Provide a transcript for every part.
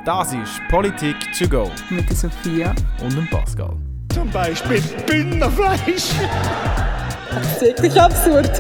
Das ist Politik to go. Mit der Sophia. Und dem Pascal. Zum Beispiel Bündnerfleisch. Das ist wirklich absurd.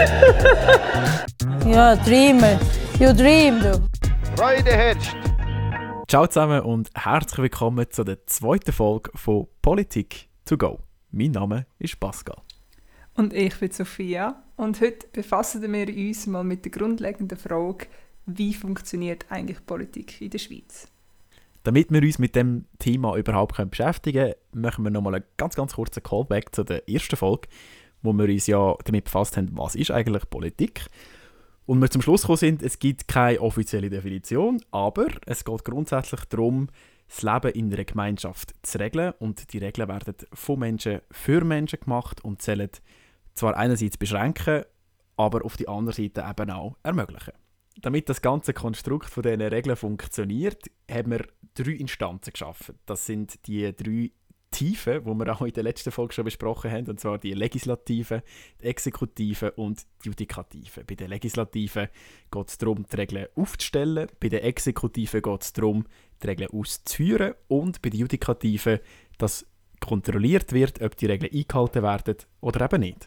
Ja, Dreamer. You dream, du. Freude herrscht. Ciao zusammen und herzlich willkommen zu der zweiten Folge von Politik to go. Mein Name ist Pascal. Und ich bin Sophia. Und heute befassen wir uns mal mit der grundlegenden Frage, wie funktioniert eigentlich Politik in der Schweiz? Damit wir uns mit dem Thema überhaupt beschäftigen können, machen wir nochmal einen ganz kurzen Callback zu der ersten Folge, wo wir uns ja damit befasst haben, was ist eigentlich Politik. Und wir zum Schluss gekommen sind, es gibt keine offizielle Definition, aber es geht grundsätzlich darum, das Leben in einer Gemeinschaft zu regeln. Und die Regeln werden von Menschen für Menschen gemacht und sollen zwar einerseits beschränken, aber auf die andere Seite eben auch ermöglichen. Damit das ganze Konstrukt von diesen Regeln funktioniert, haben wir 3 Instanzen geschaffen. Das sind die 3 Tiefen, die wir auch in der letzten Folge schon besprochen haben, und zwar die Legislative, die Exekutive und die Judikative. Bei der Legislative geht es darum, die Regeln aufzustellen, bei der Exekutive geht es darum, die Regeln auszuführen und bei der Judikative, dass kontrolliert wird, ob die Regeln eingehalten werden oder eben nicht.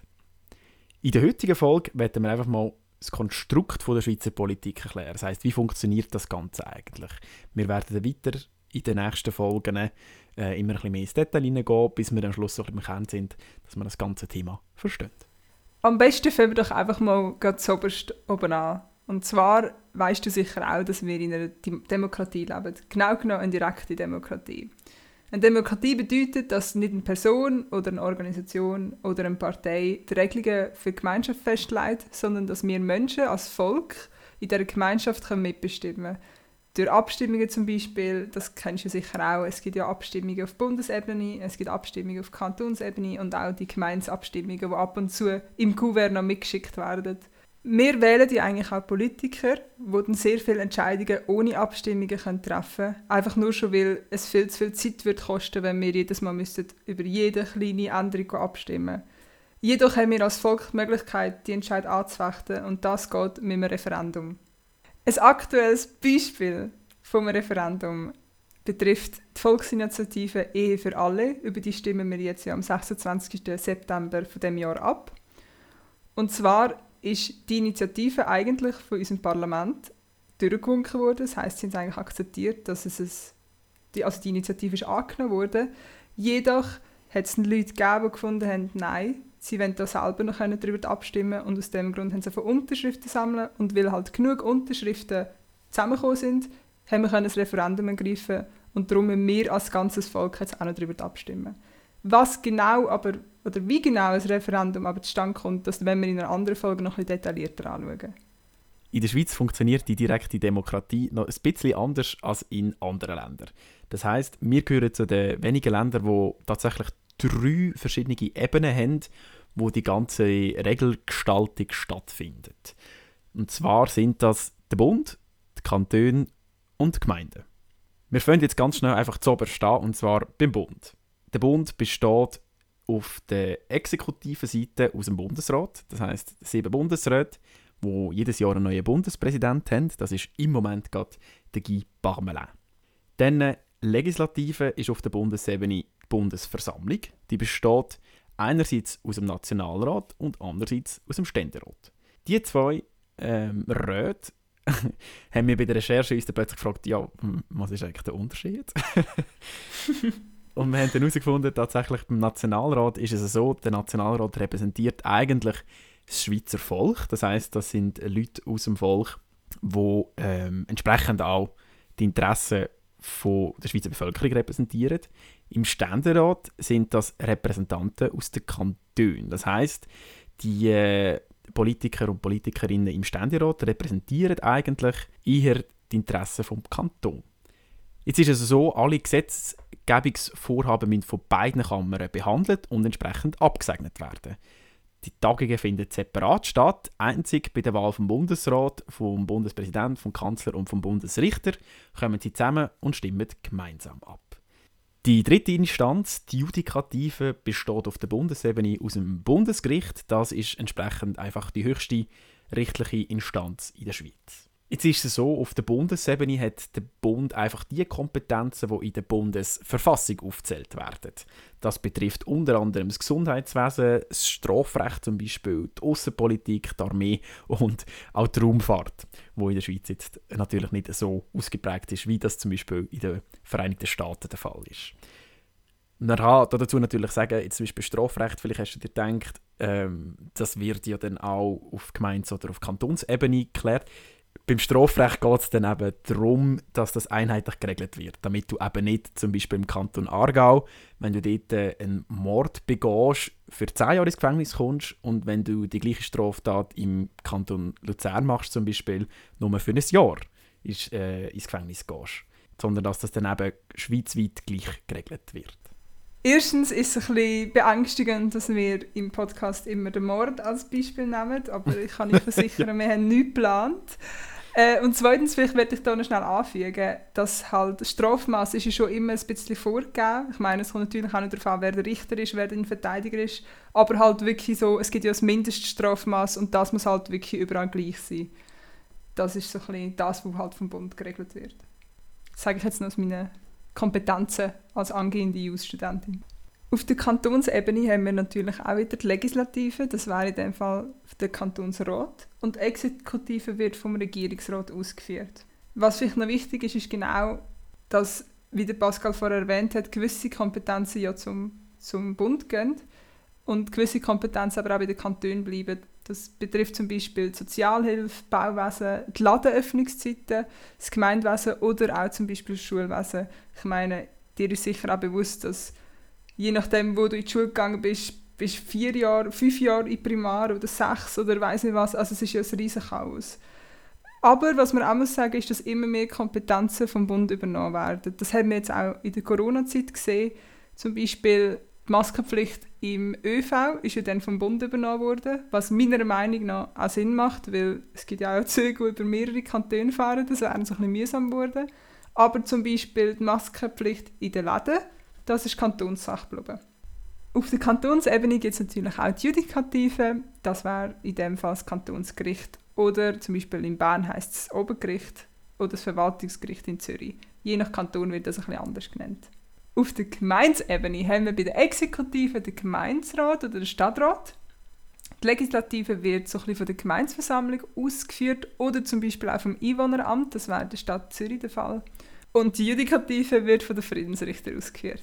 In der heutigen Folge werden wir einfach mal das Konstrukt der Schweizer Politik erklären. Das heisst, wie funktioniert das Ganze eigentlich? Wir werden weiter in den nächsten Folgen immer ein bisschen mehr ins Detail hineingehen, bis wir am Schluss so im Kern sind, dass man das ganze Thema versteht. Am besten fangen wir doch einfach mal ganz zuoberst oben an. Und zwar weisst du sicher auch, dass wir in einer Demokratie leben. Genau genommen eine direkte Demokratie. Eine Demokratie bedeutet, dass nicht eine Person oder eine Organisation oder eine Partei die Regelungen für die Gemeinschaft festlegt, sondern dass wir Menschen als Volk in dieser Gemeinschaft mitbestimmen können. Durch Abstimmungen zum Beispiel, das kennst du sicher auch, es gibt ja Abstimmungen auf Bundesebene, es gibt Abstimmungen auf Kantonsebene und auch die Gemeindeabstimmungen, die ab und zu im Kuvert noch mitgeschickt werden. Wir wählen ja eigentlich auch Politiker, die dann sehr viele Entscheidungen ohne Abstimmungen treffen können. Einfach nur schon, weil es viel zu viel Zeit wird kosten, wenn wir jedes Mal über jede kleine Änderung abstimmen. Jedoch haben wir als Volk die Möglichkeit, die Entscheidung anzufechten, und das geht mit einem Referendum. Ein aktuelles Beispiel vom Referendum betrifft die Volksinitiative «Ehe für alle». Über die stimmen wir jetzt ja am 26. September von diesem Jahr ab. Und zwar ist die Initiative eigentlich von unserem Parlament durchgewunken worden. Das heisst, sie haben eigentlich akzeptiert, dass die Initiative ist angenommen wurde. Jedoch hat es Leute gegeben, die gefunden haben, nein, sie wollen da selber noch darüber abstimmen, und aus dem Grund haben sie von Unterschriften sammeln, und weil halt genug Unterschriften zusammengekommen sind, haben wir ein Referendum ergreifen, und darum müssen wir als ganzes Volk jetzt auch noch darüber abstimmen. Wie genau ein Referendum aber zustande kommt, das werden wir in einer anderen Folge noch ein bisschen detaillierter anschauen. In der Schweiz funktioniert die direkte Demokratie noch ein bisschen anders als in anderen Ländern. Das heisst, wir gehören zu den wenigen Ländern, die tatsächlich 3 verschiedene Ebenen haben, wo die ganze Regelgestaltung stattfindet. Und zwar sind das der Bund, die Kantone und die Gemeinden. Wir fangen jetzt ganz schnell einfach zuoberst an, und zwar beim Bund. Der Bund besteht auf der exekutiven Seite aus dem Bundesrat. Das heisst, 7 Bundesräte, die jedes Jahr einen neuen Bundespräsident haben. Das ist im Moment gerade der Guy Parmelin. Dann Legislative ist auf der Bundesebene die Bundesversammlung. Die besteht einerseits aus dem Nationalrat und andererseits aus dem Ständerat. Die 2 Räte haben wir bei der Recherche uns dann plötzlich gefragt, ja, was ist eigentlich der Unterschied? Und wir haben dann herausgefunden, tatsächlich beim Nationalrat ist es so, der Nationalrat repräsentiert eigentlich das Schweizer Volk. Das heisst, das sind Leute aus dem Volk, die entsprechend auch die Interessen der Schweizer Bevölkerung repräsentieren. Im Ständerat sind das Repräsentanten aus den Kantonen. Das heisst, die Politiker und Politikerinnen im Ständerat repräsentieren eigentlich eher die Interessen vom Kanton. Jetzt ist es so, alle Gesetzgebungsvorhaben müssen von beiden Kammern behandelt und entsprechend abgesegnet werden. Die Tagungen finden separat statt. Einzig bei der Wahl vom Bundesrat, vom Bundespräsidenten, vom Kanzler und vom Bundesrichter kommen sie zusammen und stimmen gemeinsam ab. Die dritte Instanz, die Judikative, besteht auf der Bundesebene aus dem Bundesgericht. Das ist entsprechend einfach die höchste rechtliche Instanz in der Schweiz. Jetzt ist es so, auf der Bundesebene hat der Bund einfach die Kompetenzen, die in der Bundesverfassung aufgezählt werden. Das betrifft unter anderem das Gesundheitswesen, das Strafrecht zum Beispiel, die Aussenpolitik, die Armee und auch die Raumfahrt, wo in der Schweiz jetzt natürlich nicht so ausgeprägt ist, wie das zum Beispiel in den Vereinigten Staaten der Fall ist. Man kann dazu natürlich sagen, jetzt zum Beispiel Strafrecht, vielleicht hast du dir gedacht, das wird ja dann auch auf Gemeindes- oder auf Kantonsebene geklärt. Beim Strafrecht geht es dann eben darum, dass das einheitlich geregelt wird, damit du eben nicht zum Beispiel im Kanton Aargau, wenn du dort einen Mord begehst, für 10 Jahre ins Gefängnis kommst und wenn du die gleiche Straftat im Kanton Luzern machst zum Beispiel, nur für ein Jahr ins Gefängnis gehst, sondern dass das dann eben schweizweit gleich geregelt wird. Erstens ist es ein bisschen beängstigend, dass wir im Podcast immer den Mord als Beispiel nehmen, aber ich kann euch versichern, wir haben nichts geplant. Und zweitens, vielleicht werde ich da noch schnell anfügen, dass halt das Strafmaß ist ja schon immer ein bisschen vorgegeben. Ich meine, es kommt natürlich auch nicht darauf an, wer der Richter ist, wer der Verteidiger ist, aber halt wirklich so, es gibt ja das Mindeststrafmaß und das muss halt wirklich überall gleich sein. Das ist so ein bisschen das, was halt vom Bund geregelt wird. Das sage ich jetzt noch aus meinen Kompetenzen als angehende JUS-Studentin. Auf der Kantonsebene haben wir natürlich auch wieder die Legislative, das wäre in dem Fall der Kantonsrat, und die Exekutive wird vom Regierungsrat ausgeführt. Was vielleicht noch wichtig ist, ist genau, dass, wie der Pascal vorher erwähnt hat, gewisse Kompetenzen ja zum Bund gehen und gewisse Kompetenzen aber auch bei den Kantonen bleiben. Das betrifft zum Beispiel die Sozialhilfe, Bauwesen, die Ladenöffnungszeiten, das Gemeindewesen oder auch zum Beispiel das Schulwesen. Ich meine, dir ist sicher auch bewusst, dass je nachdem, wo du in die Schule gegangen bist 4 Jahre, 5 Jahre in Primar oder 6 oder weiss nicht was. Also es ist ja ein riesen Chaos. Aber was man auch muss sagen, ist, dass immer mehr Kompetenzen vom Bund übernommen werden. Das haben wir jetzt auch in der Corona-Zeit gesehen. Zum Beispiel die Maskenpflicht im ÖV ist ja dann vom Bund übernommen worden, was meiner Meinung nach auch Sinn macht, weil es gibt ja auch Züge, die über mehrere Kantone fahren, das wäre so ein bisschen mühsam geworden. Aber zum Beispiel die Maskenpflicht in den Läden, das ist Kantonssache geblieben. Auf der Kantonsebene gibt es natürlich auch die Judikative, das wäre in dem Fall das Kantonsgericht. Oder zum Beispiel in Bern heisst es das Obergericht oder das Verwaltungsgericht in Zürich. Je nach Kanton wird das ein bisschen anders genannt. Auf der Gemeindeebene haben wir bei der Exekutive den Gemeinderat oder den Stadtrat. Die Legislative wird so ein bisschen von der Gemeindeversammlung ausgeführt oder zum Beispiel auch vom Einwohneramt, das wäre in der Stadt Zürich der Fall. Und die Judikative wird von den Friedensrichtern ausgeführt.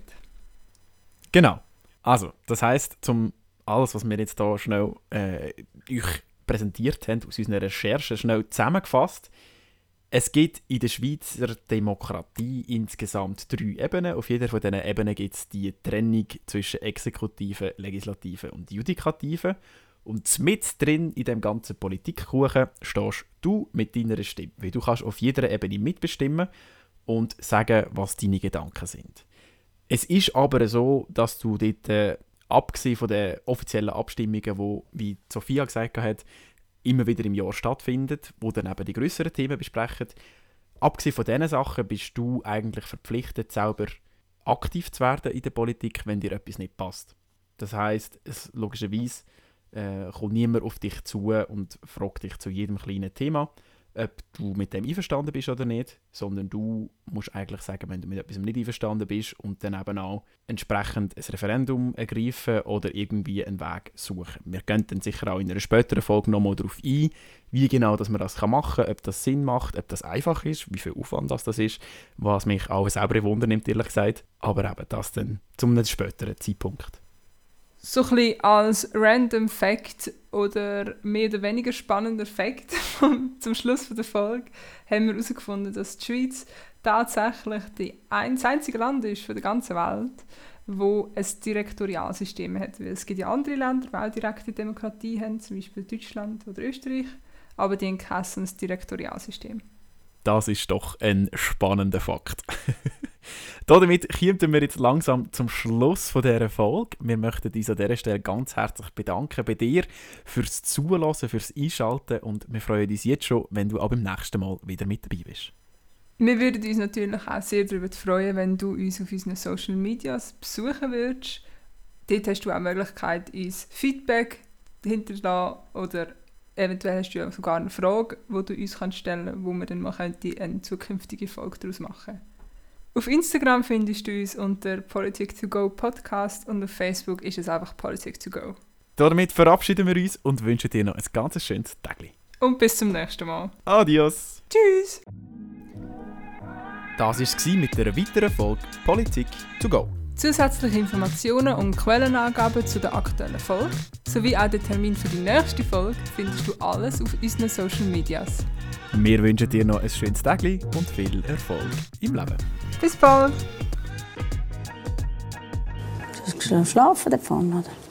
Genau. Also, das heisst, alles, was wir jetzt hier schnell euch präsentiert haben, aus unserer Recherche schnell zusammengefasst. Es gibt in der Schweizer Demokratie insgesamt 3 Ebenen. Auf jeder von diesen Ebenen gibt es die Trennung zwischen Exekutive, Legislative und Judikative. Und mit drin in dem ganzen Politikkuchen stehst du mit deiner Stimme. Weil du kannst auf jeder Ebene mitbestimmen und sagen, was deine Gedanken sind. Es ist aber so, dass du dort, abgesehen von den offiziellen Abstimmungen, die, wie Sophia gesagt hat, immer wieder im Jahr stattfindet, wo dann eben die grösseren Themen besprechen. Abgesehen von diesen Sachen bist du eigentlich verpflichtet, selber aktiv zu werden in der Politik, wenn dir etwas nicht passt. Das heisst, logischerweise kommt niemand auf dich zu und fragt dich zu jedem kleinen Thema, ob du mit dem einverstanden bist oder nicht, sondern du musst eigentlich sagen, wenn du mit etwas nicht einverstanden bist und dann eben auch entsprechend ein Referendum ergreifen oder irgendwie einen Weg suchen. Wir gehen dann sicher auch in einer späteren Folge nochmal darauf ein, wie genau dass man das machen kann, ob das Sinn macht, ob das einfach ist, wie viel Aufwand das ist, was mich auch selber Wunder nimmt, ehrlich gesagt. Aber eben das dann zu einem späteren Zeitpunkt. So ein bisschen als Random Fact oder mehr oder weniger spannender Fact zum Schluss der Folge haben wir herausgefunden, dass die Schweiz tatsächlich das einzige Land ist von der ganzen Welt, wo ein Direktorialsystem hat. Weil es gibt ja andere Länder, die auch direkte Demokratie haben, zum Beispiel Deutschland oder Österreich, aber die haben kein Direktorialsystem. Das ist doch ein spannender Fakt. Damit kommen wir jetzt langsam zum Schluss von dieser Folge. Wir möchten uns an dieser Stelle ganz herzlich bedanken bei dir fürs Zuhören, fürs Einschalten und wir freuen uns jetzt schon, wenn du auch beim nächsten Mal wieder mit dabei bist. Wir würden uns natürlich auch sehr darüber freuen, wenn du uns auf unseren Social Medias besuchen würdest. Dort hast du auch die Möglichkeit, uns Feedback hinterlassen oder eventuell hast du ja sogar eine Frage, die du uns stellen kannst, wo wir dann mal eine zukünftige Folge daraus machen. Auf Instagram findest du uns unter Politik2Go Podcast und auf Facebook ist es einfach Politik2Go. Damit verabschieden wir uns und wünschen dir noch ein ganz schönes Tag. Und bis zum nächsten Mal. Adios! Tschüss! Das war es mit einer weiteren Folge Politik2Go. Zusätzliche Informationen und Quellenangaben zu der aktuellen Folge sowie auch den Termin für die nächste Folge findest du alles auf unseren Social Medias. Wir wünschen dir noch ein schönes Tag und viel Erfolg im Leben. Bis bald! Du hast schlafen davon, oder?